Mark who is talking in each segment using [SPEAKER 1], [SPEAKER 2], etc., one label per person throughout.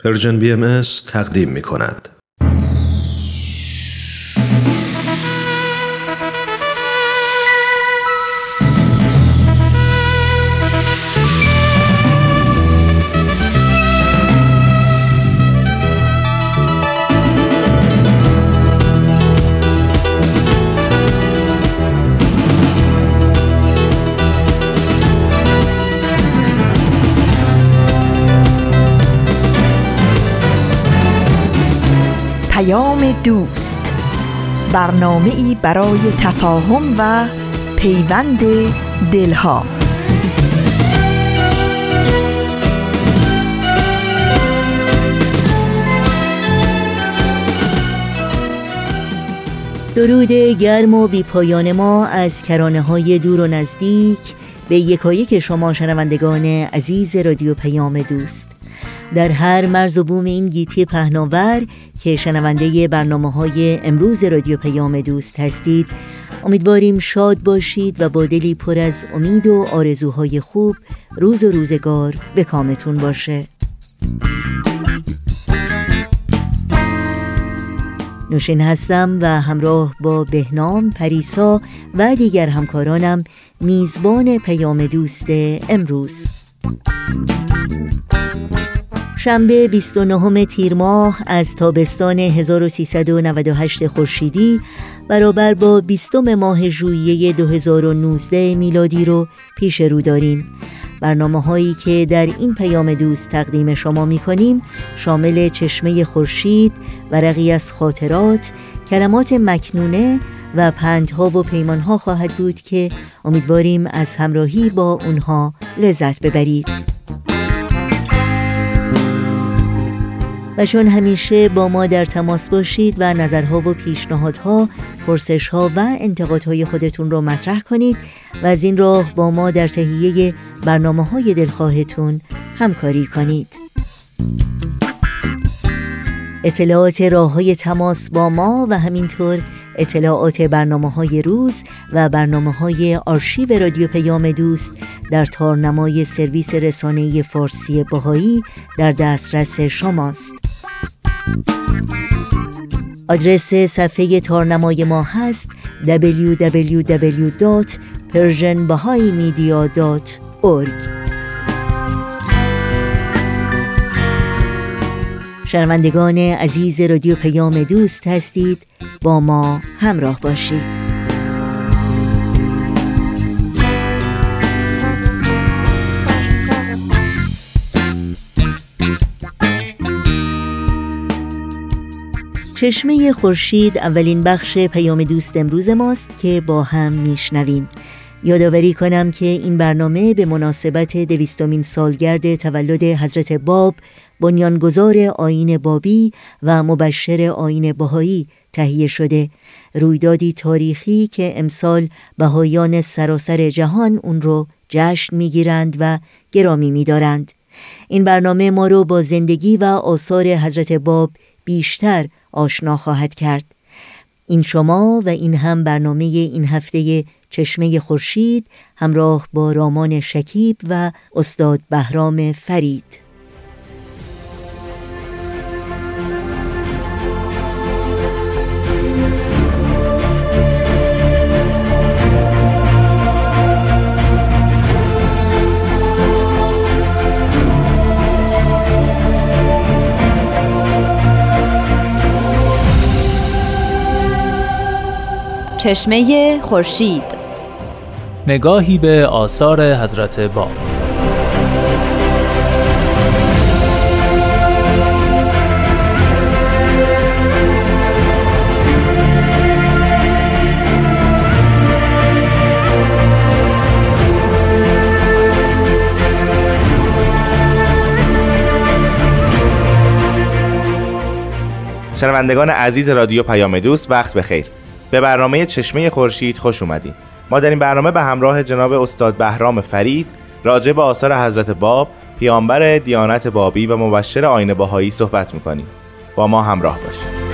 [SPEAKER 1] پرژن BMS تقدیم می کند.
[SPEAKER 2] دوست، برنامه‌ای برای تفاهم و پیوند دلها.
[SPEAKER 3] درود گرم و بی پایان ما از کرانه‌های دور و نزدیک به یکایک شما شنوندگان عزیز رادیو پیام دوست در هر مرز و بوم این گیتی پهناور که شنونده برنامه‌های امروز رادیو پیام دوست هستید. امیدواریم شاد باشید و با دلی پر از امید و آرزوهای خوب روز و روزگار به کامتون باشه. نوشین هستم و همراه با بهنام، پریسا و دیگر همکارانم میزبان پیام دوست امروز. شنبه 29 تیر ماه از تابستان 1398 خورشیدی برابر با 20 ماه ژوئیه 2019 میلادی رو پیش رو داریم. برنامه‌هایی که در این پیام دوست تقدیم شما می‌کنیم شامل چشمه خورشید، ورقی از خاطرات، کلمات مکنونه و پندها و پیمانها خواهد بود که امیدواریم از همراهی با اونها لذت ببرید. و چون همیشه با ما در تماس باشید و نظرها و پیشنهادها، پرسشها و انتقادهای خودتون رو مطرح کنید و از این راه با ما در تهیه برنامه‌های دلخواهتون همکاری کنید. اطلاعات راه‌های تماس با ما و همینطور اطلاعات برنامه‌های روز و برنامه‌های آرشیو رادیو پیام دوست در تارنمای سرویس رسانه‌ای فارسی بهایی در دسترس شماست. آدرس صفحه تارنمای ما هست www.persianbahaimedia.org. شنوندگان عزیز رادیو پیام دوست هستید، با ما همراه باشید. چشمه خورشید اولین بخش پیام دوست امروز ماست که با هم میشنویم. یادآوری کنم که این برنامه به مناسبت 200مین سالگرد تولد حضرت باب، بنیانگذار آیین بابی و مبشر آیین بهایی تهیه شده، رویدادی تاریخی که امسال بهاییان سراسر جهان اون رو جشن میگیرند و گرامی میدارند. این برنامه ما رو با زندگی و آثار حضرت باب بیشتر آشنا خواهد کرد. این شما و این هم برنامه این هفته چشمه خورشید همراه با رامان شکیب و استاد بهرام فرید.
[SPEAKER 4] چشمه خورشید،
[SPEAKER 5] نگاهی به آثار حضرت باب.
[SPEAKER 6] شنوندگان عزیز رادیو پیام دوست، وقت بخیر. به برنامه چشمه خورشید خوش اومدین. ما در این برنامه به همراه جناب استاد بهرام فرید راجع به آثار حضرت باب، پیامبر دیانت بابی و مبشر آیین بهایی صحبت می‌کنیم. با ما همراه باشید.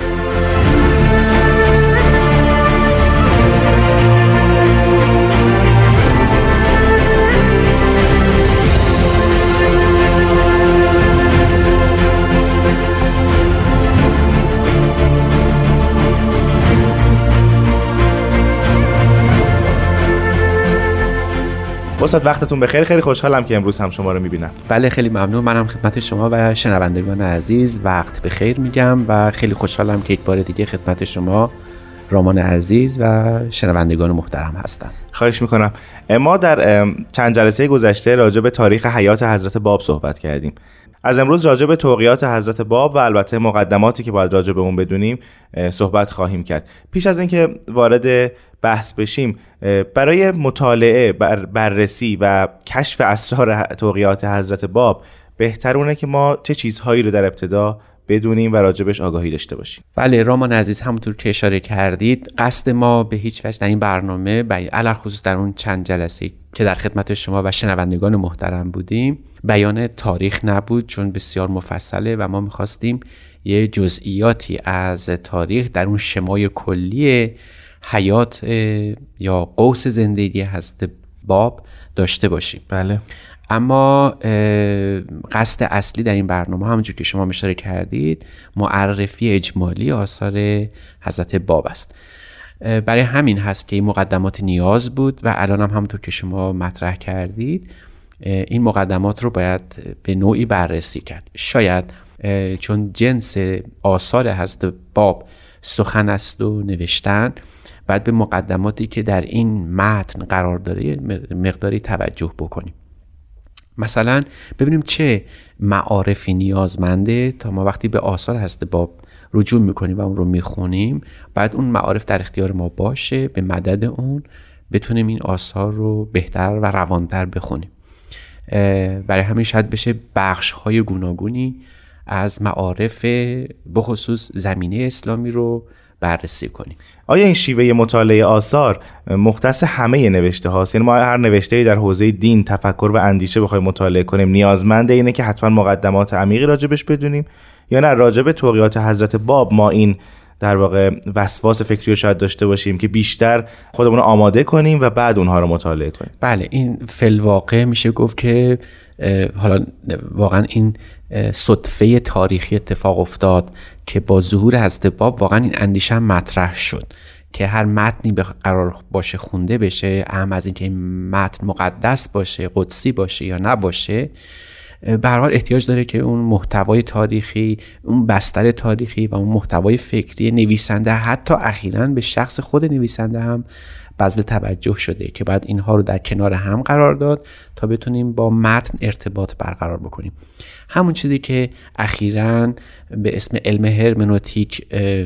[SPEAKER 6] استاد وقتتون بخیر، خیلی خوشحالم که امروز هم شما رو میبینم.
[SPEAKER 7] بله خیلی ممنون، منم خدمت شما و شنوندگان عزیز وقت بخیر میگم و خیلی خوشحالم که یک بار دیگه خدمت شما رامان عزیز و شنوندگان محترم هستم.
[SPEAKER 6] خواهش میکنم. ما در چند جلسه گذشته راجع به تاریخ حیات حضرت باب صحبت کردیم. از امروز راجع به توقیات حضرت باب و البته مقدماتی که باید راجع به اون بدونیم صحبت خواهیم کرد. پیش از اینکه وارد بحث بشیم، برای مطالعه، بررسی و کشف اسرار توقیات حضرت باب بهترونه که ما چه چیزهایی رو در ابتدا بدونیم و راجبش آگاهی داشته باشیم.
[SPEAKER 7] بله رامان عزیز، همونطور که اشاره کردید قصد ما به هیچ وجه در این برنامه علل خصوص در اون چند جلسه که در خدمت شما و شنوندگان محترم بودیم بیان تاریخ نبود، چون بسیار مفصله و ما میخواستیم یه جزئیاتی از تاریخ در اون شمای کلی حیات یا قوس زندگی حضرت باب داشته باشیم.
[SPEAKER 6] بله.
[SPEAKER 7] اما قصد اصلی در این برنامه همونجور که شما اشاره کردید معرفی اجمالی آثار حضرت باب است. برای همین هست که این مقدمات نیاز بود و الان هم همونطور که شما مطرح کردید این مقدمات رو باید به نوعی بررسی کرد. شاید چون جنس آثار حضرت باب سخن است و نوشتن، باید به مقدماتی که در این متن قرار داره مقداری توجه بکنیم. مثلا ببینیم چه معارفی نیازمنده تا ما وقتی به آثار حضرت باب رجوع میکنیم و اون رو میخونیم بعد اون معارف در اختیار ما باشه، به مدد اون بتونیم این آثار رو بهتر و روانتر بخونیم. برای همین شاید بشه بخش‌های گوناگونی از معارف بخصوص زمینه اسلامی رو بررسی کنیم.
[SPEAKER 6] آیا این شیوه مطالعه آثار مختص همه نوشته هاست؟ یعنی ما هر نوشته‌ای در حوزه دین، تفکر و اندیشه بخوایم مطالعه کنیم نیازمنده اینه که حتما مقدمات عمیقی راجبش بدونیم، یا نه راجب توقیات حضرت باب ما این در واقع وسواس فکری رو شاید داشته باشیم که بیشتر خودمون رو آماده کنیم و بعد اونها رو مطالعه کنیم؟
[SPEAKER 7] بله، این فی‌الواقع میشه گفت که حالا واقعا این صدفه تاریخی اتفاق افتاد که با ظهور حضرت باب واقعا این اندیشه هم مطرح شد که هر متنی به قرار باشه خونده بشه، اهم از این که این متن مقدس باشه، قدسی باشه یا نباشه، به هر حال احتیاج داره که اون محتوای تاریخی، اون بستر تاریخی و اون محتوای فکری نویسنده، حتی اخیراً به شخص خود نویسنده هم بذل توجه شده که بعد اینها رو در کنار هم قرار داد تا بتونیم با متن ارتباط برقرار بکنیم. همون چیزی که اخیراً به اسم علم هرمنوتیک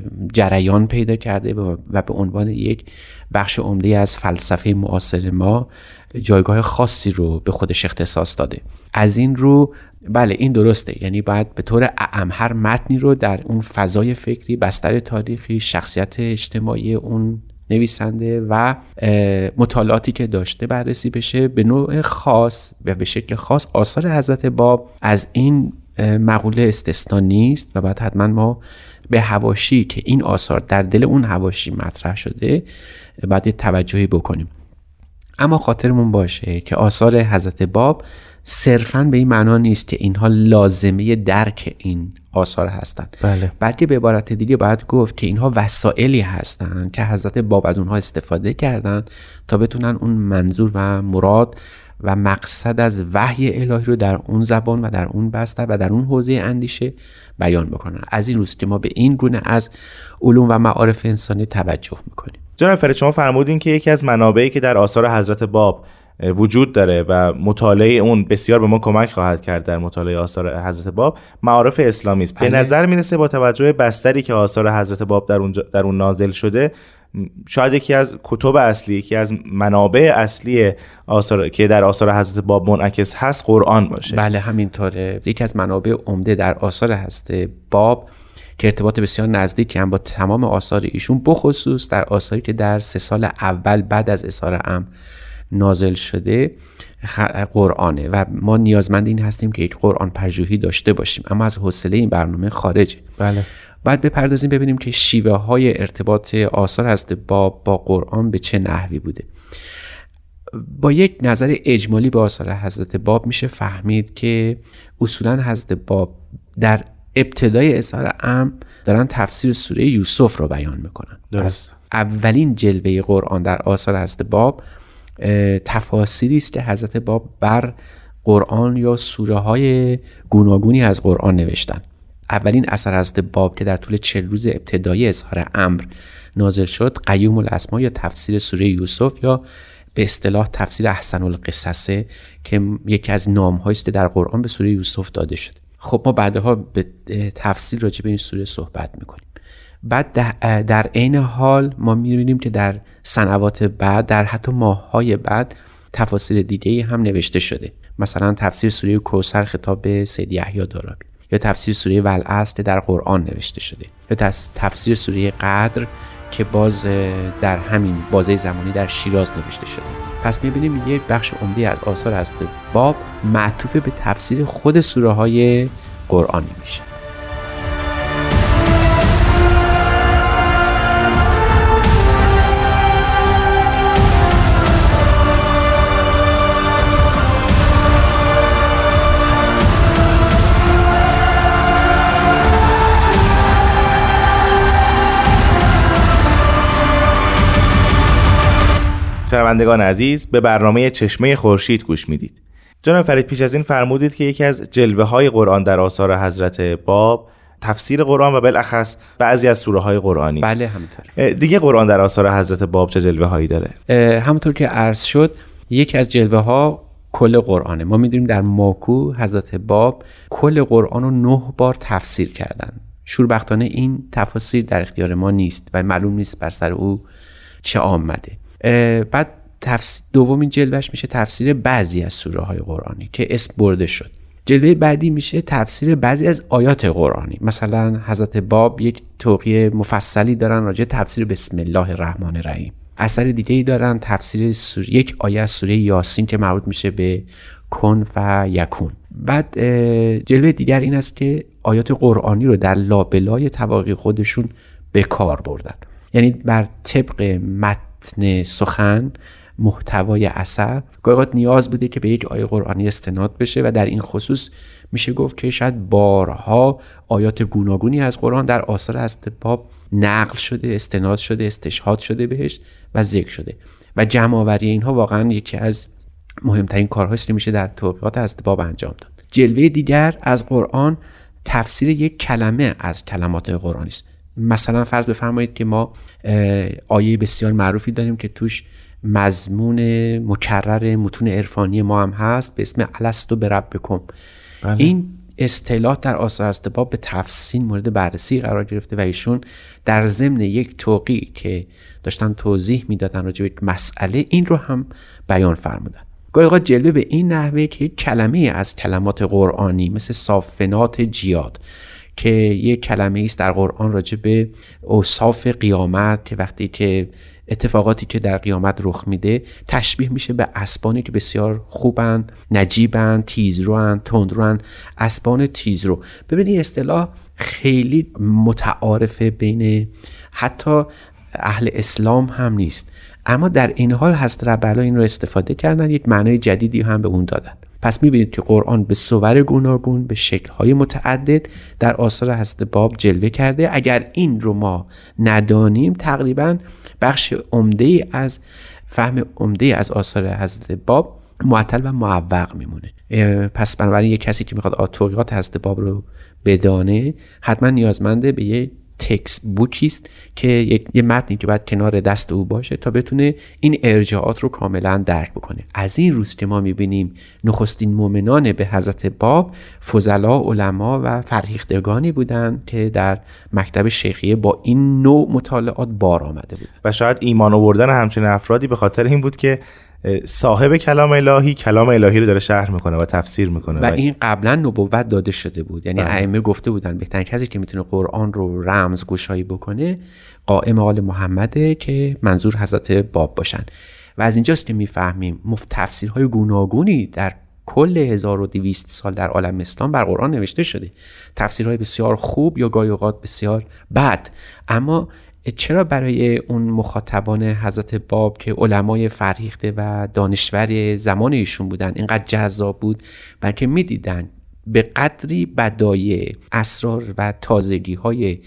[SPEAKER 7] جریان پیدا کرده و به عنوان یک بخش عمده از فلسفه معاصر ما جایگاه خاصی رو به خودش اختصاص داده. از این رو بله این درسته، یعنی باید به طور اعم هر متنی رو در اون فضای فکری، بستر تاریخی، شخصیت اجتماعی اون نویسنده و مطالعاتی که داشته بررسی بشه. به نوع خاص و به شکل خاص آثار حضرت باب از این مقوله استثنا نیست و بعد حتما ما به حواشی که این آثار در دل اون حواشی مطرح شده باید توجهی بکنیم. اما خاطرمون باشه که آثار حضرت باب صرفاً به این معنا نیست که اینها لازمه درک این آثار هستند.
[SPEAKER 6] بله.
[SPEAKER 7] بلکه به عبارت دیگه باید گفت که اینها وسائلی هستند که حضرت باب از اونها استفاده کردند تا بتونن اون منظور و مراد و مقصد از وحی الهی رو در اون زبان و در اون بستر و در اون حوزه اندیشه بیان بکنن. از این روست که ما به این گونه از علوم و معارف انسانی توجه میکنیم.
[SPEAKER 6] جناب فرید، شما فرمودین که یکی از منابعی که در آثار حضرت باب وجود داره و مطالعه اون بسیار به ما کمک خواهد کرد در مطالعه آثار حضرت باب معارف اسلامی است. به نظر میرسه با توجه به بستری که آثار حضرت باب در اون نازل شده، شاید یکی از کتب اصلی، یکی از منابع اصلی آثار که در آثار حضرت باب منعکس هست قرآن باشه.
[SPEAKER 7] بله همینطوره. یکی از منابع عمده در آثار حضرت باب که ارتباط بسیار نزدیکی هم با تمام آثار ایشون، بخصوص در آثاری که در 3 سال اول بعد از اظهار امر نازل شده قرآنه و ما نیازمند این هستیم که یک قرآن پژوهی داشته باشیم، اما از حوصله این برنامه خارجه.
[SPEAKER 6] بله.
[SPEAKER 7] باید بپردازیم ببینیم که شیوه های ارتباط آثار حضرت باب با قرآن به چه نحوی بوده. با یک نظر اجمالی به آثار حضرت باب میشه فهمید که اصولا حضرت باب در ابتدای اظهار امر دارن تفسیر سوره یوسف رو بیان میکنن.
[SPEAKER 6] درست.
[SPEAKER 7] اولین جلوه قرآن در آثار حضرت باب تفاسیری است که حضرت باب بر قرآن یا سوره های گوناگونی از قرآن نوشتن. اولین اثر حضرت باب که در طول 40 روز ابتدایی اظهار امر نازل شد، قیوم الاسما یا تفسیر سوره یوسف یا به اصطلاح تفسیر احسن القصص که یکی از نام‌هایی است که در قرآن به سوره یوسف داده شده. خب ما بعدها به تفصیل راجع به این سوره صحبت می‌کنیم. بعد در عین حال ما می‌بینیم که در سنوات بعد، در حتی ماه‌های بعد، تفاسیر دیگه‌ای هم نوشته شده. مثلا تفسیر سوره کوثر خطاب به سید یحیی دارابی، یا تفسیر سوره والعصر که در قرآن نوشته شده، یا تفسیر سوره قدر که باز در همین بازه زمانی در شیراز نوشته شده. پس می‌بینیم یک بخش عمده از آثار حضرت باب معطوف به تفسیر خود سوره های قرآنی میشه.
[SPEAKER 6] شنوندگان عزیز، به برنامه چشمه خورشید گوش میدید. جناب فرید، پیش از این فرمودید که یکی از جلوه های قرآن در آثار حضرت باب تفسیر قرآن و بالاخص بعضی از سوره های قرآنی است.
[SPEAKER 7] بله همینطور.
[SPEAKER 6] دیگه قرآن در آثار حضرت باب چه جلوه هایی داره؟
[SPEAKER 7] همونطور که عرض شد، یکی از جلوه ها کل قرآنه. ما میدونیم در ماکو حضرت باب کل قرآن رو 9 بار تفسیر کردن. شوربختانه این تفاسیر در اختیار ما نیست و معلوم نیست بر سر او چه آمده. بعد دومین جلوهش میشه تفسیر بعضی از سوره های قرآنی که اسم برده شد. جلوه بعدی میشه تفسیر بعضی از آیات قرآنی. مثلا حضرت باب یک توقیه مفصلی دارن راجع تفسیر بسم الله الرحمن الرحیم. اثر دیگه‌ای دارن تفسیر یک آیه از سوره یاسین که مربوط میشه به کن و یکون. بعد جلوه دیگر این است که آیات قرآنی رو در لابلای تواقی خودشون به کار بردن، یعنی بر طبق متن سخن محتوای اثر گاهی اوقات نیاز بوده که به یک آیه قرآنی استناد بشه و در این خصوص میشه گفت که شاید بارها آیات گوناگونی از قرآن در آثار حضرت باب نقل شده، استناد شده، استشهاد شده بهش و ذکر شده و جمع آوری اینها واقعا یکی از مهمترین کارهایی است که میشه در توقیات حضرت باب انجام داد. جلوه دیگر از قرآن تفسیر یک کلمه از کلمات قرآنی است. مثلا فرض بفرمایید که ما آیه بسیار معروفی داریم که توش مضمون مکرر متون عرفانی ما هم هست به اسم الستو بربکم. بله. این اصطلاح در آثار حضرت باب به تفصیل مورد بررسی قرار گرفته و ایشون در ضمن یک توقیع که داشتن توضیح میدادن راجع به یک مسئله این رو هم بیان فرمودن. گاهی اوقات جلوه به این نحوه که یک کلمه از کلمات قرآنی مثل صافنات جیاد که یک کلمه است در قرآن راجع به اوصاف قیامت که وقتی که اتفاقاتی که در قیامت رخ میده تشبیه میشه به اسبانی که بسیار خوبن، نجیبن، تیزروان، تندروان، اسبان تیزرو. ببینید اصطلاح خیلی متعارفه بین حتی اهل اسلام هم نیست، اما در این حال حضرت رب این رو استفاده کردن، یک معنای جدیدی هم به اون دادن. پس میبینید که قرآن به صور گوناگون به شکل‌های متعدد در آثار حضرت باب جلوه کرده. اگر این رو ما ندانیم تقریباً بخش عمده از فهم عمده از آثار حضرت باب معطل و معوق میمونه. پس بنابراین یک کسی که میخواد توقیات حضرت باب رو بدانه حتما نیازمنده به یه تکست بوکی است که یه متنی که باید کنار دست او باشه تا بتونه این ارجاعات رو کاملا درک بکنه. از این روز که ما میبینیم نخستین مؤمنان به حضرت باب فضلا، علما و فرهیختگانی بودند که در مکتب شیخیه با این نوع مطالعات بار آمده بود
[SPEAKER 6] و شاید ایمان آوردن همچین افرادی به خاطر این بود که صاحب کلام الهی رو داره شرح میکنه و تفسیر میکنه
[SPEAKER 7] و این قبلا نبوت داده شده بود. یعنی ائمه گفته بودن بهترین کسی که میتونه قرآن رو رمز گشایی بکنه قائم آل محمده که منظور حضرت باب باشن. و از اینجاست که میفهمیم تفسیرهای گوناگونی در کل 1200 سال در عالم اسلام بر قرآن نوشته شده، تفسیرهای بسیار خوب یا گاهی اوقات بسیار بد. اما چرا برای اون مخاطبان حضرت باب که علمای فرهیخته و دانشور زمان ایشون بودن اینقدر جذاب بود؟ بلکه میدیدن به قدری بدایع، اسرار و تازگی های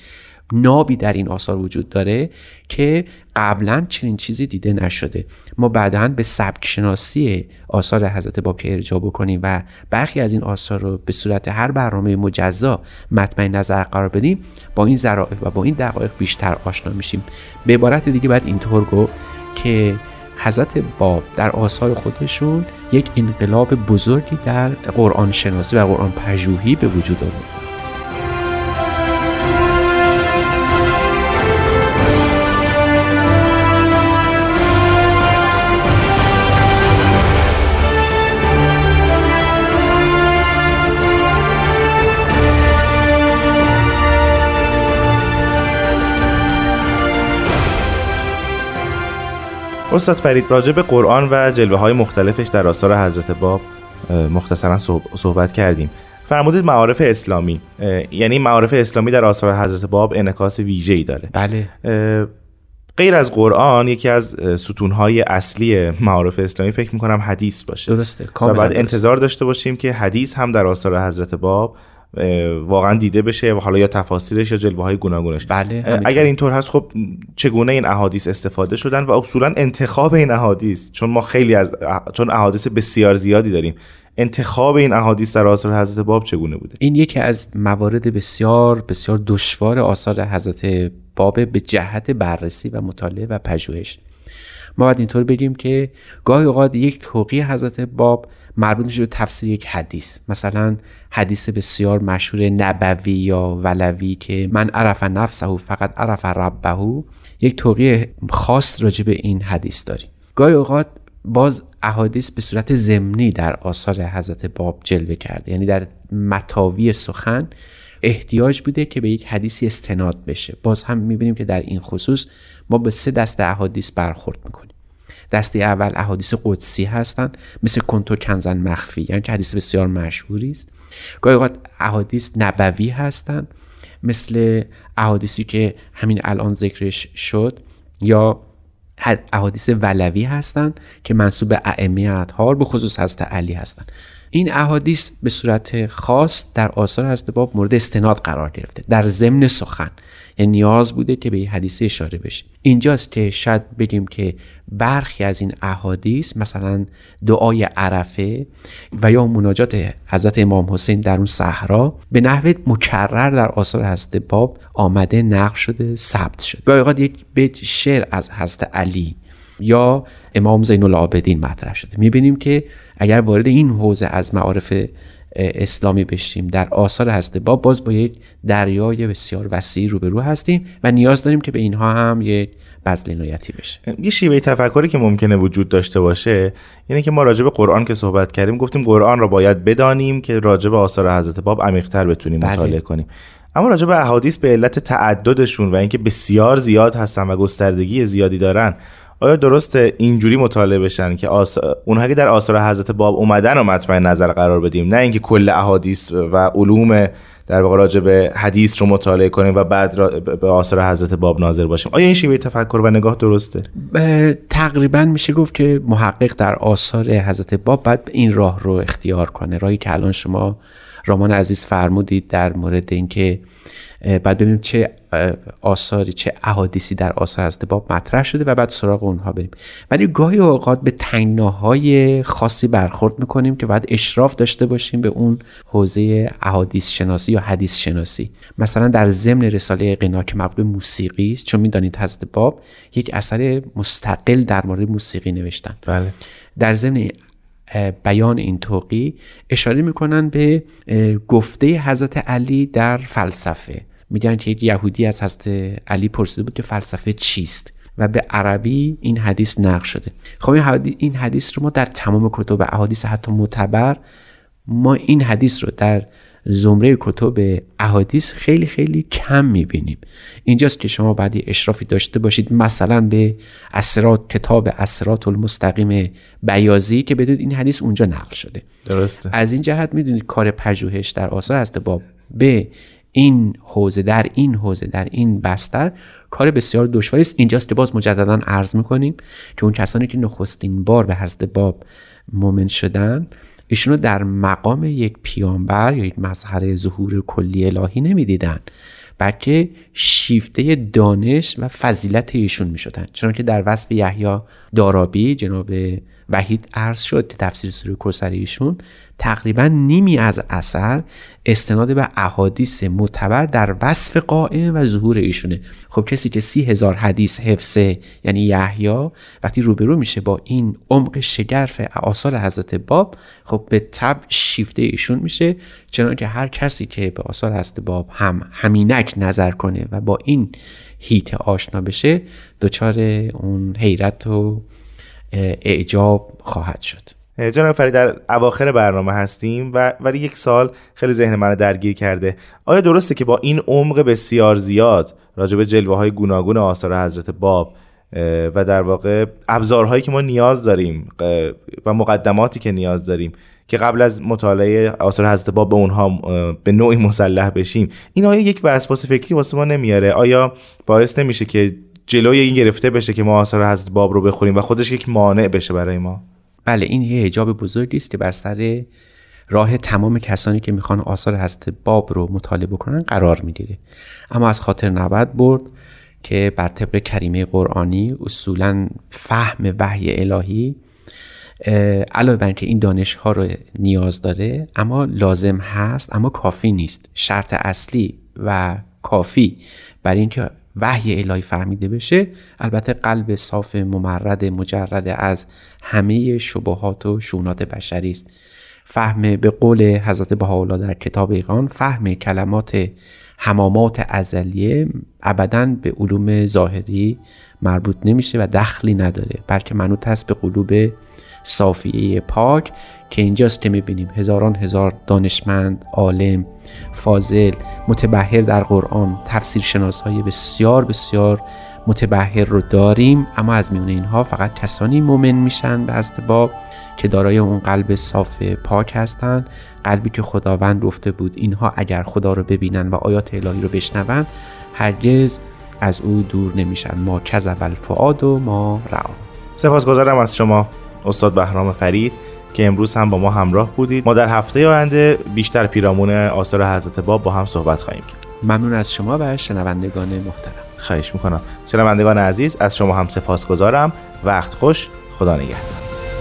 [SPEAKER 7] نابی در این آثار وجود داره که قبلا چنین چیزی دیده نشده. ما بعداً به سبک شناسی آثار حضرت باب که ارجاع بکنیم و برخی از این آثار رو به صورت هر برنامه مجزا مطمع نظر قرار بدیم، با این ظرافت و با این دقایق بیشتر آشنا میشیم. به عبارت دیگه باید اینطور گفت که حضرت باب در آثار خودشون یک انقلاب بزرگی در قرآن شناسی و قرآن پژوهی به وجود آورد.
[SPEAKER 6] استاد فرید، راجع به قرآن و جلوه‌های مختلفش در آثار حضرت باب مختصراً صحبت کردیم. فرمودید معارف اسلامی، یعنی معارف اسلامی در آثار حضرت باب انعکاس ویژه‌ای داره.
[SPEAKER 7] بله.
[SPEAKER 6] غیر از قرآن یکی از ستونهای اصلی معارف اسلامی فکر می‌کنم حدیث باشه.
[SPEAKER 7] درسته، کاملا.
[SPEAKER 6] و بعد
[SPEAKER 7] درسته.
[SPEAKER 6] انتظار داشته باشیم که حدیث هم در آثار حضرت باب واقعا دیده بشه و حالا یا تفاسیرش یا جلوه‌های گوناگونش.
[SPEAKER 7] بله.
[SPEAKER 6] اگر اینطور هست، خب چگونه این احادیث استفاده شدن و اصولا انتخاب این احادیث، چون احادیث بسیار زیادی داریم، انتخاب این احادیث در آثار حضرت باب چگونه بوده؟
[SPEAKER 7] این یکی از موارد بسیار بسیار دشوار آثار حضرت باب به جهت بررسی و مطالعه و پژوهش. ما باید اینطور بگیم که گاهی اوقات یک توقیع حضرت باب مربوط میشه به تفسیر یک حدیث، مثلا حدیث بسیار مشهور نبوی یا ولوی که من عرف نفسه فقط عرف ربه، یک توقیع خاص راجع به این حدیث داریم. گاهی اوقات باز احادیث به صورت ضمنی در آثار حضرت باب جلوه کرده، یعنی در متاوی سخن احتیاج بوده که به یک حدیثی استناد بشه. باز هم میبینیم که در این خصوص ما به 3 دسته احادیث برخورد میکنیم. دسته اول احادیث قدسی هستند، مثل کنتو کنزن مخفی، یعنی که حدیث بسیار مشهوری است. گاهی اوقات احادیث نبوی هستند، مثل احادیثی که همین الان ذکرش شد، یا احادیث ولوی هستند که منسوب به ائمه اطهار به خصوص حضرت علی هستند. این احادیث به صورت خاص در آثار حضرت باب مورد استناد قرار گرفته در ضمن سخن، یعنی نیاز بوده که به این حدیث اشاره بشه. اینجاست که شاید بگیم که برخی از این احادیث، مثلا دعای عرفه و یا مناجات حضرت امام حسین در اون صحرا، به نحو مکرر در آثار حضرت باب آمده، نقل شده، ثبت شده. گاهی اوقات یک بیت شعر از حضرت علی یا امام زین العابدین مطرح شده. میبینیم که اگر وارد این حوزه از معارف اسلامی بشیم در آثار حضرت باب، باز با یک دریای بسیار وسیع روبرو هستیم و نیاز داریم که به اینها هم یک بذل عنایتی بشه.
[SPEAKER 6] یه شیوه تفکری که ممکنه وجود داشته باشه یعنی که ما راجع به قرآن که صحبت کردیم، گفتیم قرآن را باید بدانیم که راجع به آثار حضرت باب عمیق‌تر بتونیم مطالعه کنیم. اما راجع به احادیث به علت تعددشون و اینکه بسیار زیاد هستن و گستردگی زیادی دارن، آیا درسته اینجوری مطالعه بشن که اونها که در آثار حضرت باب اومدن و مطمع نظر قرار بدیم، نه اینکه کل احادیث و علوم در واقع راجع به حدیث رو مطالعه کنیم و بعد به آثار حضرت باب ناظر باشیم؟ آیا این شیوه تفکر و نگاه درسته؟
[SPEAKER 7] تقریبا میشه گفت که محقق در آثار حضرت باب باید این راه رو اختیار کنه، راهی که الان شما رامان عزیز فرمودید در مورد اینکه بعد ببینیم چه آثاری، چه احادیثی در آثار حضرت باب مطرح شده و بعد سراغ اونها بریم. ولی گاهی اوقات به تنگناهای خاصی برخورد میکنیم که باید اشراف داشته باشیم به اون حوزه احادیث شناسی یا حدیث شناسی. مثلا در ضمن رساله غنا که مربوط به موسیقی است، چون میدانید حضرت باب یک اثر مستقل در مورد موسیقی نوشتن.
[SPEAKER 6] بله. در
[SPEAKER 7] ضمن بیان این توقی اشاره میکنن به گفته حضرت علی در فلسفه. میگن که یک یهودی از حضرت علی پرسیده بود که فلسفه چیست و به عربی این حدیث نقل شده. خب این حدیث رو ما در تمام کتب احادیث حتی معتبر، ما این حدیث رو در زمره کتب احادیث خیلی خیلی کم میبینیم. اینجاست که شما باید اشرافی داشته باشید مثلا به کتاب الصراط المستقیم بیاضی که بدونید این حدیث اونجا نقل شده.
[SPEAKER 6] درسته.
[SPEAKER 7] از این جهت میدونید کار پژوهش در آثار حضرت باب به این حوزه، در این بستر کار بسیار دشواری است. اینجاست که باز مجددا عرض میکنیم که اون کسانی که نخستین بار به حضرت باب مؤمن شدن، ایشونو در مقام یک پیامبر یا یک مظهر ظهور کلی الهی نمیدیدن، بلکه شیفته دانش و فضیلت ایشون میشدن. چنانکه در وصف یحیی دارابی جناب وحید عرض شد که تفسیر سوره کوثر ایشون تقریبا نیمی از اثر استناد به احادیث معتبر در وصف قائم و ظهور ایشونه. خب کسی که 30,000 حدیث حفظه، یعنی یحیی، وقتی روبرو میشه با این عمق شگرف آثار حضرت باب، خب به طبع شیفته ایشون میشه. چنانکه هر کسی که به آثار حضرت باب هم همینک نظر کنه و با این هیته آشنا بشه، دچار اون حیرت و اعجاب خواهد شد.
[SPEAKER 6] جناب فرید، در اواخر برنامه هستیم ولی یک سال خیلی ذهن من درگیر کرده. آیا درسته که با این عمق بسیار زیاد راجع به جلوه‌های گوناگون آثار حضرت باب و در واقع ابزارهایی که ما نیاز داریم و مقدماتی که نیاز داریم که قبل از مطالعه آثار حضرت باب به اونها به نوعی مسلح بشیم، این آیا یک وسواس فکری واسه ما نمیاره؟ آیا باعث نمیشه که جلوی این گرفته بشه که ما آثار حضرت باب رو بخونیم و خودش یک مانع بشه برای ما؟
[SPEAKER 7] بله، این یه حجاب بزرگی است که بر سر راه تمام کسانی که میخوان آثار حضرت باب رو مطالعه بکنن قرار میگیره. اما از خاطر نباید برد که بر طبق کریمه قرآنی اصولاً فهم وحی الهی علاوه بر اینکه این دانش ها رو نیاز داره، اما لازم هست اما کافی نیست. شرط اصلی و کافی برای اینکه وحی الهی فهمیده بشه البته قلب صاف ممرد مجرد از همه شبهات و شونات بشری است. فهم به قول حضرت بهاءالله در کتاب ایقان، فهم کلمات حمامات ازلیه ابداً به علوم ظاهری مربوط نمیشه و دخلی نداره، بلکه منوط هست به قلوب صافیه پاک که اینجاست که میبینیم هزاران هزار دانشمند، عالم، فاضل، متبحر در قرآن، تفسیر شناسای بسیار بسیار متبحر رو داریم. اما از میون اینها فقط کسانی مؤمن میشن به حضرت باب که دارای اون قلب صاف پاک هستن، قلبی که خداوند گفته بود اینها اگر خدا رو ببینن و آیات الهی رو بشنون هرگز از او دور نمیشن. ما کذب الفؤاد و ما رأی.
[SPEAKER 6] سپاسگزارم از شما استاد بهرام فرید که امروز هم با ما همراه بودید. ما در هفته آینده بیشتر پیرامون آثار حضرت باب با هم صحبت خواهیم کرد.
[SPEAKER 7] ممنون از شما و شنوندگان محترم.
[SPEAKER 6] خواهش میکنم. شنوندگان عزیز، از شما هم سپاسگزارم. وقت خوش. خدا نگهدار.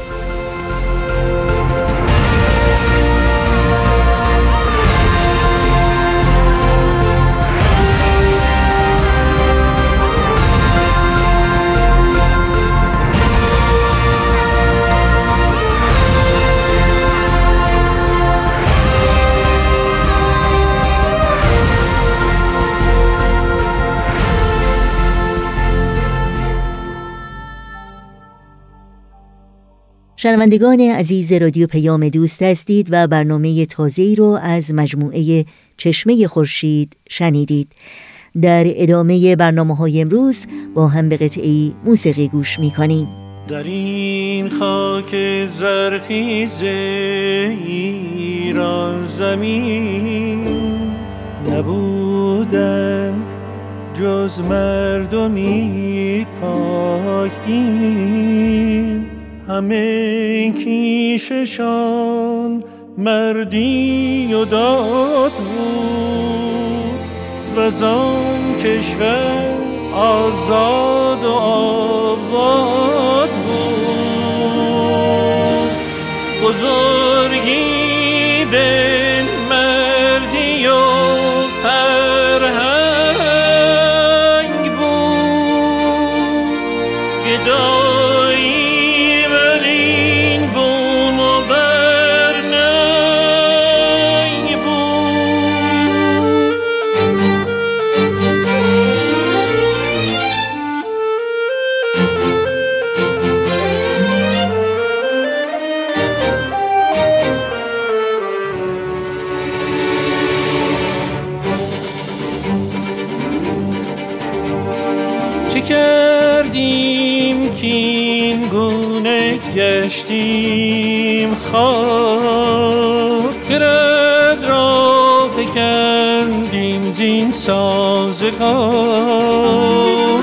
[SPEAKER 3] شنوندگان عزیز رادیو پیام دوست هستید و برنامه تازه‌ای رو از مجموعه چشمه خورشید شنیدید. در ادامه برنامه‌های امروز با هم به قطعه‌ای موسیقی گوش می‌کنیم.
[SPEAKER 8] در این خاک زرخیز ایران زمین نبودند جز مردمی پاک دین، همه کیششان مردی و داد بود و زان کشور آزاد و آباد بود. بزرگی به مردی و فرهنگ بود که کردیم که این گونه گشتیم خار، گرد را فکندیم زین سازگار.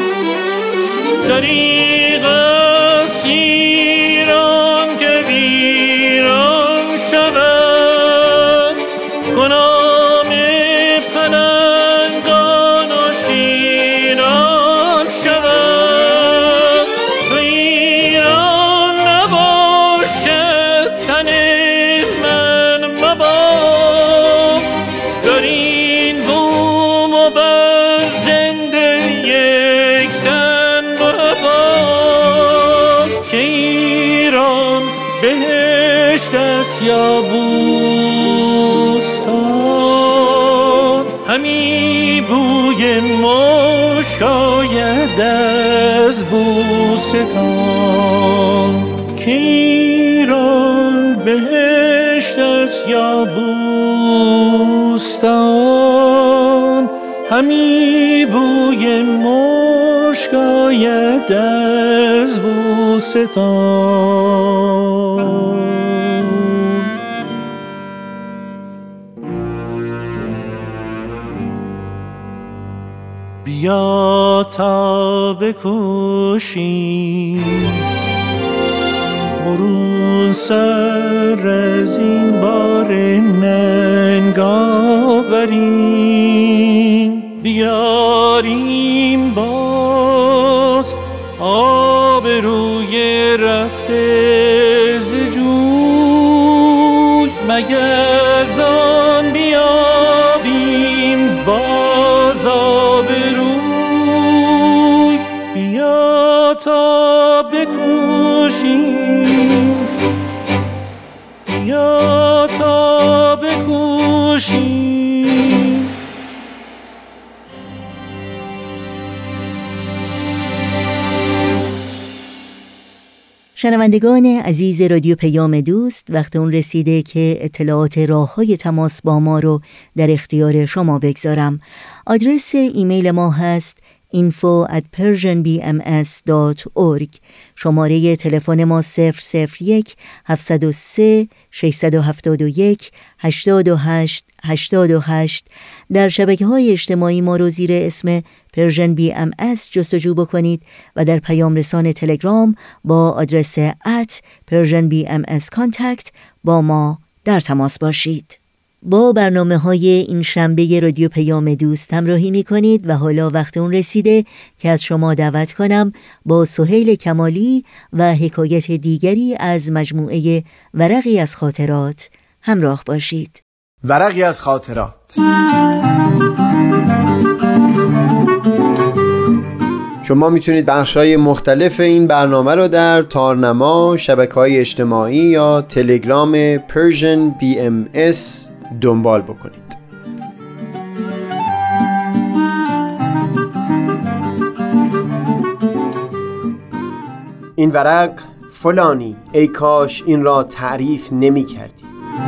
[SPEAKER 8] دریغ است ایران که ویران شود، گناه پلنگان یا بوستان، همی بوی مشک آید از بوستان. کیران بهشتت یا بوستان، همی بوی مشک آید از بوستان. بیا تا بکوشیم برون سر از این بار ننگاوریم. بیاریم باز آبروی رفته ز جوی، مگر زان بیابیم باز آبروی. بیا تا بکوشیم، بیا تا بکوشیم.
[SPEAKER 3] شنوندگان عزیز رادیو پیام دوست، وقت اون رسیده که اطلاعات راه‌های تماس با ما رو در اختیار شما بگذارم. آدرس ایمیل ما هست info@persianbms.org. شماره تلفن ما 001 703 671 828 88. در شبکه‌های اجتماعی ما رو زیر اسم پرژن BMS جستجو بکنید و در پیام رسان تلگرام با آدرس @PersianBMSContact با ما در تماس باشید. با برنامه‌های این شنبه رادیو پیام دوست همراهی می‌کنید و حالا وقت اون رسیده که از شما دعوت کنم با سهیل کمالی و حکایت دیگری از مجموعه ورقی از خاطرات همراه باشید.
[SPEAKER 9] ورقی از خاطرات. شما میتونید بخش‌های مختلف این برنامه رو در تارنما، شبکه‌های اجتماعی یا تلگرام Persian BMS دنبال بکنید. این ورق فلانی، ای کاش این را تعریف نمی کردی.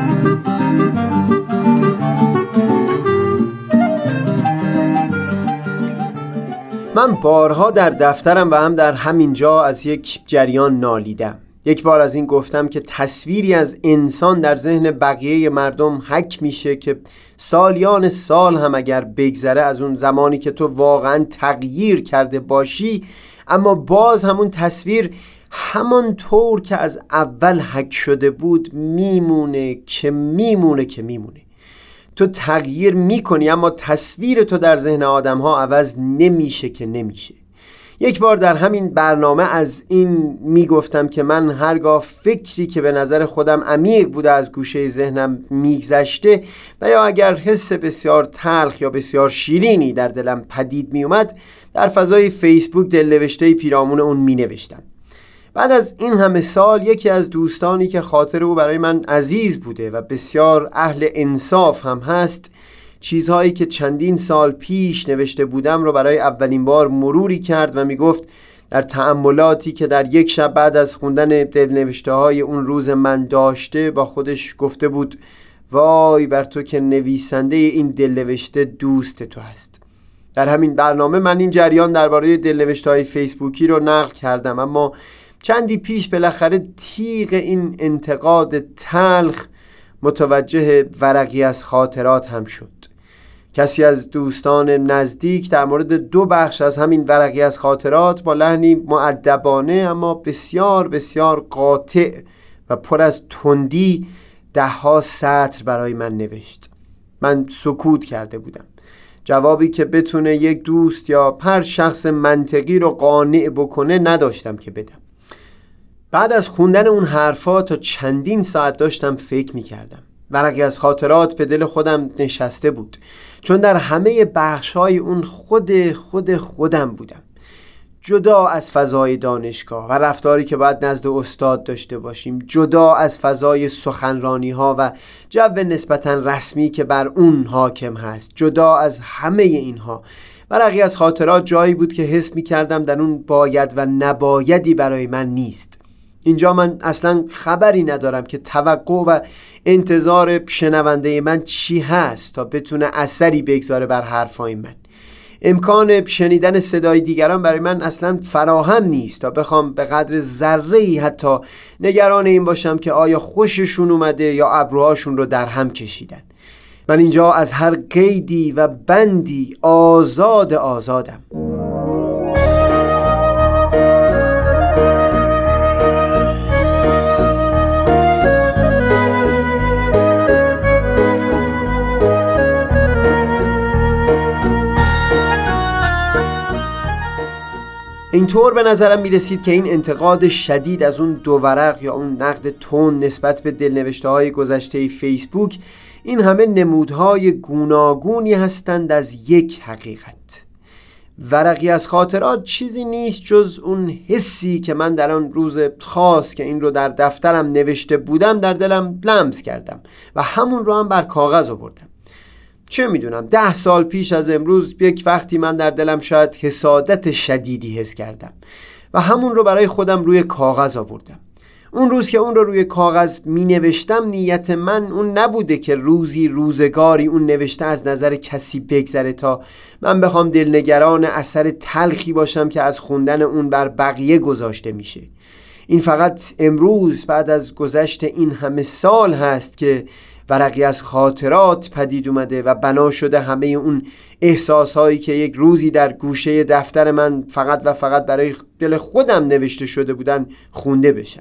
[SPEAKER 9] من بارها در دفترم و هم در همین جا از یک جریان نالیدم. یک بار از این گفتم که تصویری از انسان در ذهن بقیه مردم حک میشه که سالیان سال هم اگر بگذره از اون زمانی که تو واقعا تغییر کرده باشی، اما باز همون تصویر همان طور که از اول حک شده بود میمونه که میمونه. تو تغییر میکنی اما تصویر تو در ذهن آدم ها عوض نمیشه که نمیشه. یک بار در همین برنامه از این میگفتم که من هرگاه فکری که به نظر خودم عمیق بوده از گوشه ذهنم میگذشته و یا اگر حس بسیار تلخ یا بسیار شیرینی در دلم پدید میومد، در فضای فیسبوک دلنوشته پیرامون اون مینوشتم. بعد از این همه سال یکی از دوستانی که خاطر او برای من عزیز بوده و بسیار اهل انصاف هم هست، چیزهایی که چندین سال پیش نوشته بودم رو برای اولین بار مروری کرد و می گفت در تأملاتی که در یک شب بعد از خوندن دلنوشته های اون روز من داشته با خودش گفته بود وای بر تو که نویسنده این دلنوشته دوست تو هست. در همین برنامه من این جریان درباره دلنوشته های فیسبوکی رو نقل کردم، اما چندی پیش بالاخره تیغ این انتقاد تلخ متوجه ورقی از خاطرات هم شد. کسی از دوستان نزدیک در مورد 2 بخش از همین ورقی از خاطرات با لحنی مؤدبانه اما بسیار بسیار قاطع و پر از تندی 10 سطر برای من نوشت. من سکوت کرده بودم. جوابی که بتونه یک دوست یا هر شخص منطقی رو قانع بکنه نداشتم که بدم. بعد از خوندن اون حرفا تا چندین ساعت داشتم فکر می‌کردم. ورقی از خاطرات به دل خودم نشسته بود، چون در همه بخش‌های اون خودم بودم. جدا از فضای دانشگاه و رفتاری که باید نزد استاد داشته باشیم، جدا از فضای سخنرانی ها و جو نسبتا رسمی که بر اون حاکم هست، جدا از همه اینها، ورقی از خاطرات جایی بود که حس می کردم در اون باید و نبایدی برای من نیست. اینجا من اصلا خبری ندارم که توقع و انتظار شنونده من چی هست تا بتونه اثری بگذاره بر حرفای من. امکان شنیدن صدای دیگران برای من اصلا فراهم نیست تا بخوام به قدر ذره‌ای حتی نگران این باشم که آیا خوششون اومده یا ابروهاشون رو در هم کشیدن. من اینجا از هر قیدی و بندی آزادم. اینطور به نظرم میرسید که این انتقاد شدید از اون دو ورق یا اون نقد تند نسبت به دلنوشته‌های گذشته فیسبوک، این همه نمودهای گوناگونی هستند از یک حقیقت. ورقی از خاطرات چیزی نیست جز اون حسی که من در آن روز خاص که این رو در دفترم نوشته بودم در دلم لمس کردم و همون رو هم بر کاغذ آوردم. چه میدونم 10 سال پیش از امروز یک وقتی من در دلم شاید حسادت شدیدی حس کردم و همون رو برای خودم روی کاغذ آوردم. اون روز که اون رو روی کاغذ می نوشتم نیت من اون نبوده که روزگاری اون نوشته از نظر کسی بگذره تا من بخوام دلنگران اثر تلخی باشم که از خوندن اون بر بقیه گذاشته میشه. این فقط امروز بعد از گذشت این همه سال هست که ورقی از خاطرات پدید اومده و بنا شده همه اون احساسهایی که یک روزی در گوشه دفتر من فقط و فقط برای دل خودم نوشته شده بودن خونده بشن.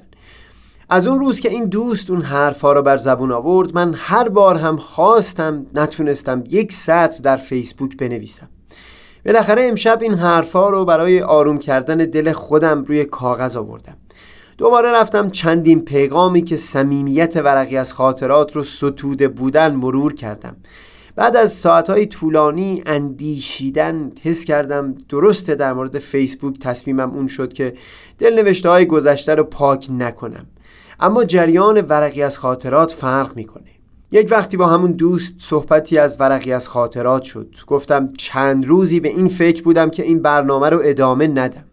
[SPEAKER 9] از اون روز که این دوست اون حرفا رو بر زبون آورد، من هر بار هم خواستم نتونستم یک سطر در فیسبوک بنویسم. بالاخره امشب این حرفا رو برای آروم کردن دل خودم روی کاغذ آوردم. دوباره رفتم چندین پیغامی که صمیمیت ورقی از خاطرات رو ستوده بودن مرور کردم. بعد از ساعتهای طولانی اندیشیدن حس کردم درسته در مورد فیسبوک تصمیمم اون شد که دلنوشته‌های گذشته رو پاک نکنم، اما جریان ورقی از خاطرات فرق میکنه. یک وقتی با همون دوست صحبتی از ورقی از خاطرات شد. گفتم چند روزی به این فکر بودم که این برنامه رو ادامه ندم.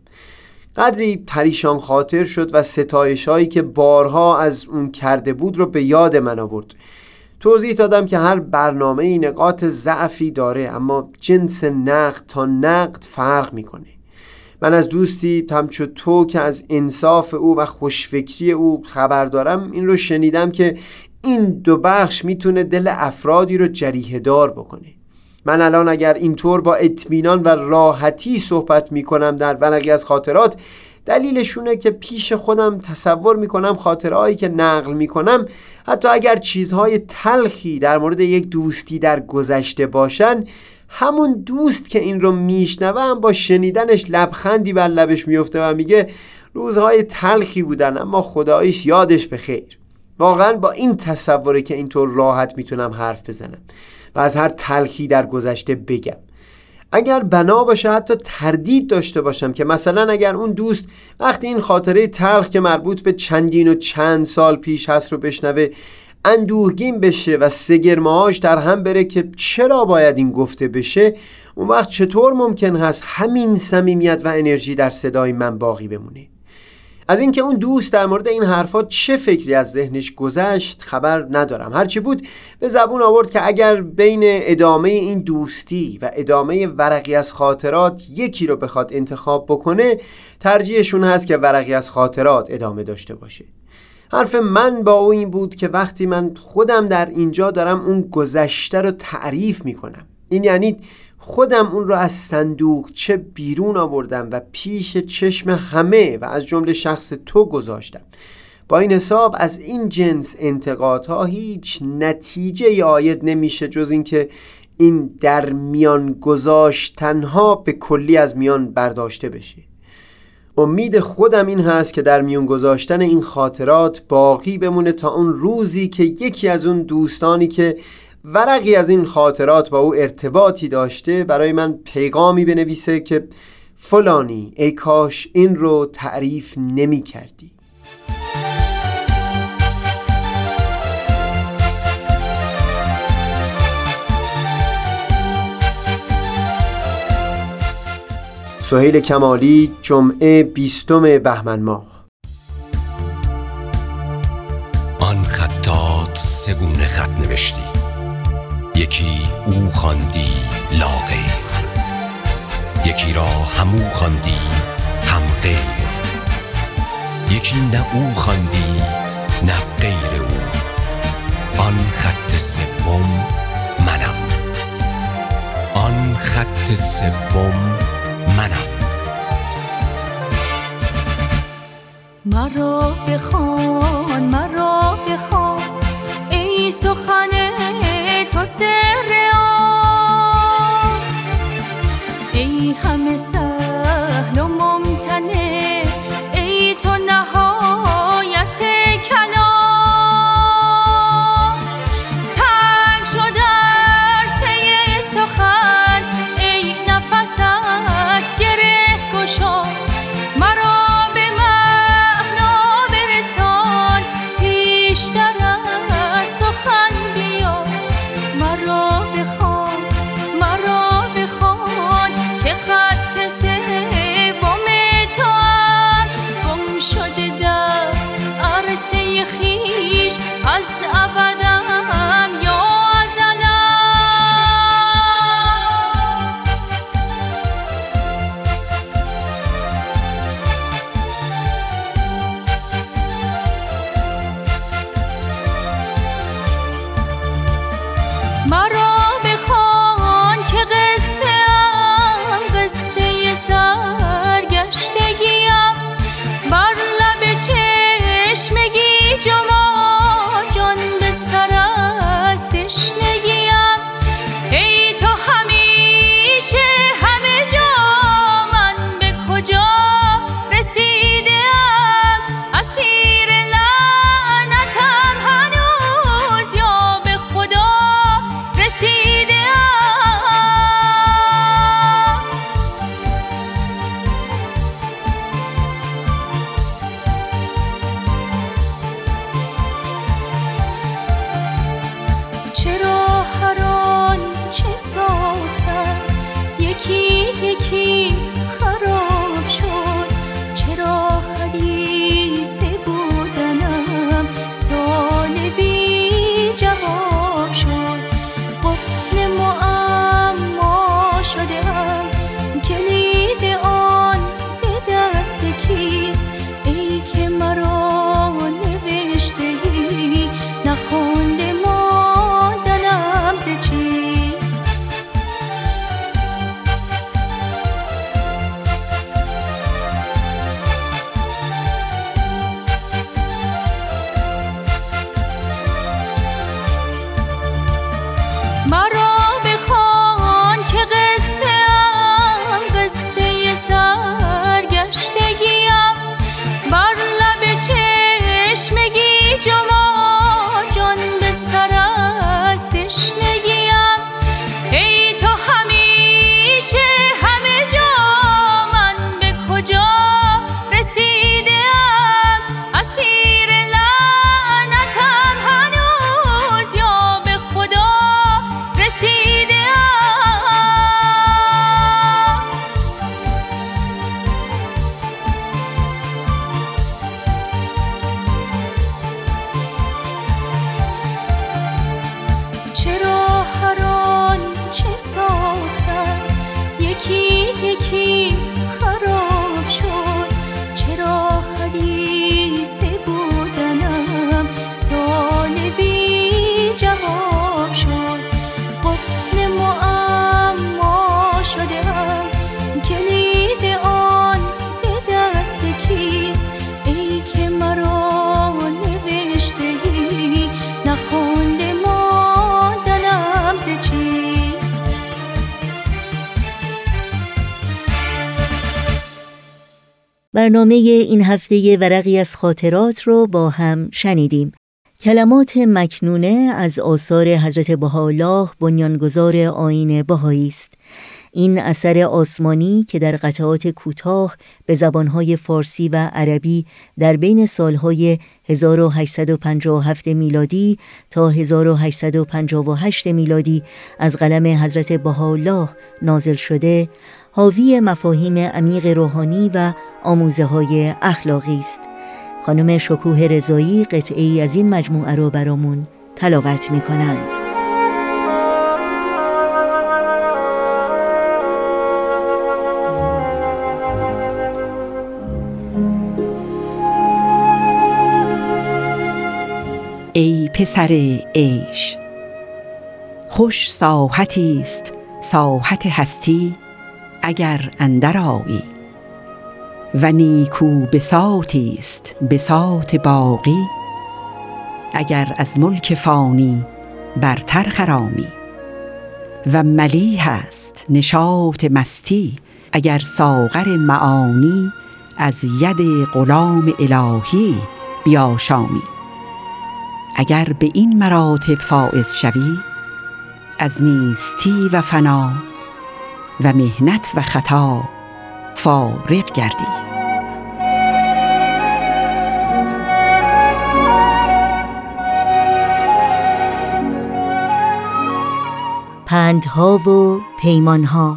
[SPEAKER 9] قدری پریشان خاطر شد و ستایش‌هایی که بارها از اون کرده بود رو به یاد من آورد. توضیح دادم که هر برنامه‌ای نقاط ضعفی داره، اما جنس نقد تا نقد فرق میکنه. من از دوستی همچو تو که از انصاف او و خوشفکری او خبر دارم این رو شنیدم که این دو بخش میتونه دل افرادی رو جریحه دار بکنه. من الان اگر اینطور با اطمینان و راحتی صحبت میکنم در ورقی از خاطرات، دلیلشونه که پیش خودم تصور میکنم خاطرهایی که نقل میکنم حتی اگر چیزهای تلخی در مورد یک دوستی در گذشته باشن، همون دوست که این رو میشنوم با شنیدنش لبخندی بر لبش میفته و میگه روزهای تلخی بودن اما خداییش یادش بخیر. واقعا با این تصوره که اینطور راحت میتونم حرف بزنم و از هر تلخی در گذشته بگم. اگر بنا باشه حتی تردید داشته باشم که مثلا اگر اون دوست وقتی این خاطره تلخ که مربوط به چندین و چند سال پیش هست رو بشنوه اندوهگین بشه و سگرماهاش در هم بره که چرا باید این گفته بشه، اون وقت چطور ممکن هست همین صمیمیت و انرژی در صدای من باقی بمونه؟ از اینکه اون دوست در مورد این حرفا چه فکری از ذهنش گذشت خبر ندارم. هرچی بود به زبون آورد که اگر بین ادامه این دوستی و ادامه ورقی از خاطرات یکی رو بخواد انتخاب بکنه، ترجیحشون هست که ورقی از خاطرات ادامه داشته باشه. حرف من با او این بود که وقتی من خودم در اینجا دارم اون گذشته رو تعریف میکنم، این یعنی خودم اون رو از صندوقچه بیرون آوردم و پیش چشم همه و از جمله شخص تو گذاشتم. با این حساب از این جنس انتقادها هیچ نتیجه عاید نمیشه جز این که این در میان گذاشتنها به کلی از میان برداشته بشه. امید خودم این هست که در میون گذاشتن این خاطرات باقی بمونه تا اون روزی که یکی از اون دوستانی که ورقی از این خاطرات با او ارتباطی داشته برای من پیغامی بنویسه که فلانی ای کاش این رو تعریف نمی کردی. سهیل کمالی، جمعه 20 بهمن ماه.
[SPEAKER 10] آن خطات سه گونه خط نوشتی، یکی او خواندی لاغیر، یکی را همو خواندی هم غیر، یکی نه او خواندی نه غیر او. آن خط سوم منم، آن خط سوم منم.
[SPEAKER 11] مرا بخوان، مرا بخوان، ای سخن تو سر آن، ای همه سهل و ممتنع، ای تو نهایت کلام. تنگ شد عرصه سخن، ای نفست گره گشا. مرا به معنا برسان، پیشتر از سخن بیا. مرا بخوان، مرا بخوان، که خط سوم توام. گم شده در عرصه خویش، از ابدم یا ازلم. مرا بخوان که قصه ام قصه سرگشتگیم، بر لب چشمگی جما جان به سر از تشنگیم. ای تو همیشه همه جا، من به کجا رسیدم؟ اسیر لعنتم هنوز، یا به خدا رسیدم. چرا هر آن چه ساختم یکی یکی خراب شد؟ چرا حدیث بودنم سوال بی جواب شد؟ قفل معما شدم، کلید آن به دست کیست؟ ای که مرا نوشته ای، نخوانده ماندنم ز چیست؟ مرا بخوان که قصه ام قصه سرگشتگیم، بر لب چشمگی جما جان به سر از تشنگیم. ای تو همیشه همه جا، من به کجا رسیدم؟ اسیر لعنتم هنوز، یا به خدا رسیدم. چرا هر آن چه ساختم یکی یکی خراب شد؟ چرا حدیث بودنم سوال بی جواب شد؟ قفل معما شدم، کلید آن به دست کیست؟ ای که مرا نوشته ای، نخوانده ماندنم ز چیست؟
[SPEAKER 3] برنامه این هفته ورقی از خاطرات رو با هم شنیدیم. کلمات مکنونه از آثار حضرت بهاءالله بنیانگذار آیین بهایی است. این اثر آسمانی که در قطعات کوتاه به زبانهای فارسی و عربی در بین سالهای 1857 میلادی تا 1858 میلادی از قلم حضرت بهاءالله نازل شده، حاوی مفاهیم عمیق روحانی و آموزه‌های اخلاقی است. خانم شکوه رضایی قطعه‌ای از این مجموعه رو برامون تلاوت می‌کنند.
[SPEAKER 12] ای پسر عیش، خوش ساحتی است ساحت هستی اگر اندر آیی، و نیکو بساطی است بساط باقی اگر از ملک فانی برتر خرامی، و ملیح است نشاط مستی اگر ساغر معانی از ید غلام الهی بیاشامی. اگر به این مراتب فائز شوی، از نیستی و فنا و مهنت و خطا فارغ گردی.
[SPEAKER 3] پندها و پیمانها.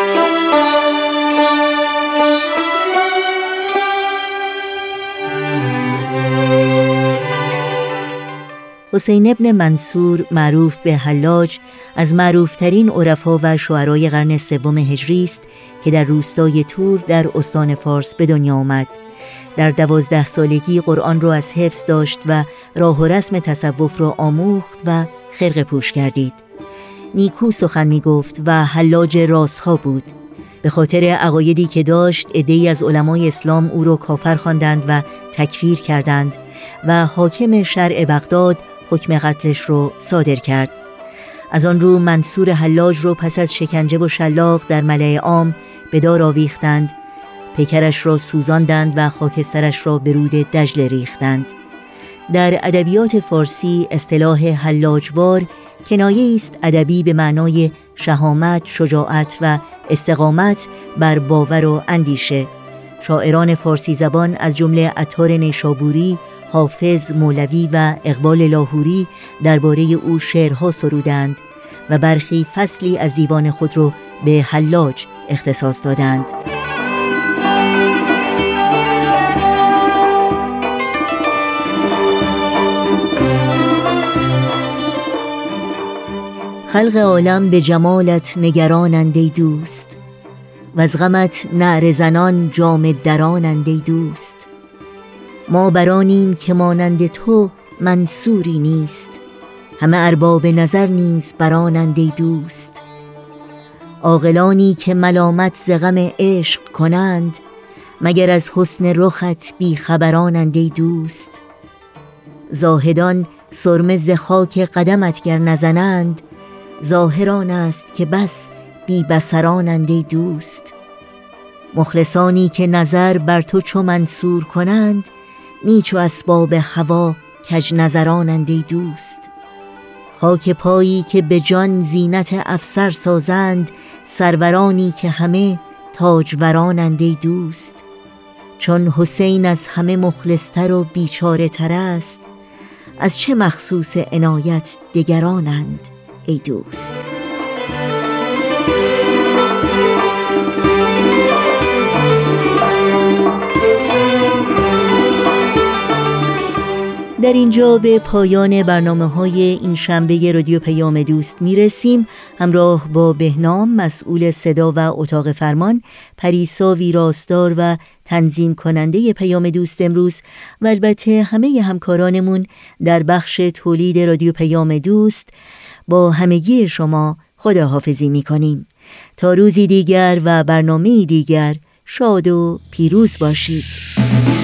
[SPEAKER 3] حسین ابن منصور معروف به حلاج از معروفترین عرفا و شعرای قرن سوم هجری است که در روستای تور در استان فارس به دنیا آمد. در 12 سالگی قرآن را از حفظ داشت و راه و رسم تصوف را آموخت و خرقه پوش گردید. نیکو سخن می گفت و حلاج رازها بود. به خاطر عقایدی که داشت، عده‌ای از علمای اسلام او را کافر خواندند و تکفیر کردند و حاکم شرع بغداد حکم قتلش رو صادر کرد. از آن رو منصور حلاج رو پس از شکنجه و شلاق در ملأ عام به دار آویختند، پیکرش را سوزاندند و خاکسترش را به رود دجله ریختند. در ادبیات فارسی اصطلاح حلاجوار کنایه است ادبی به معنای شهامت، شجاعت و استقامت بر باور و اندیشه. شاعران فارسی زبان از جمله عطار نیشابوری، حافظ، مولوی و اقبال لاهوری درباره او شعرها سرودند و برخی فصلی از دیوان خود را به حلاج اختصاص دادند. خلق عالم به جمالت نگرانند ای دوست، و از غمت نعره زنان جامه درانند ای دوست. ما برانیم که مانند تو منصوری نیست، همه ارباب نظر نیز برانند ای دوست. عاقلانی که ملامت ز غم عشق کنند، مگر از حسن رخت بی خبرانند ای دوست. زاهدان سرمه ز خاک قدمت گر نزنند، ظاهران است که بس بی بصرانند ای دوست. مخلصانی که نظر بر تو چو منصور کنند، نیچو اسباب هوا کج نظرانند ای دوست. خاک پایی که به جان زینت افسر سازند، سرورانی که همه تاجورانند ای دوست. چون حسین از همه مخلصتر و بیچاره تر است، از چه مخصوص عنایت دگرانند ای دوست. در اینجا به پایان برنامه‌های این شنبه رادیو پیام دوست میرسیم. همراه با بهنام مسئول صدا و اتاق فرمان، پریسا ویراستار و تنظیم کننده پیام دوست امروز و البته همه همکارانمون در بخش تولید رادیو پیام دوست، با همگی شما خداحافظی می‌کنیم. تا روزی دیگر و برنامه‌ای دیگر شاد و پیروز باشید.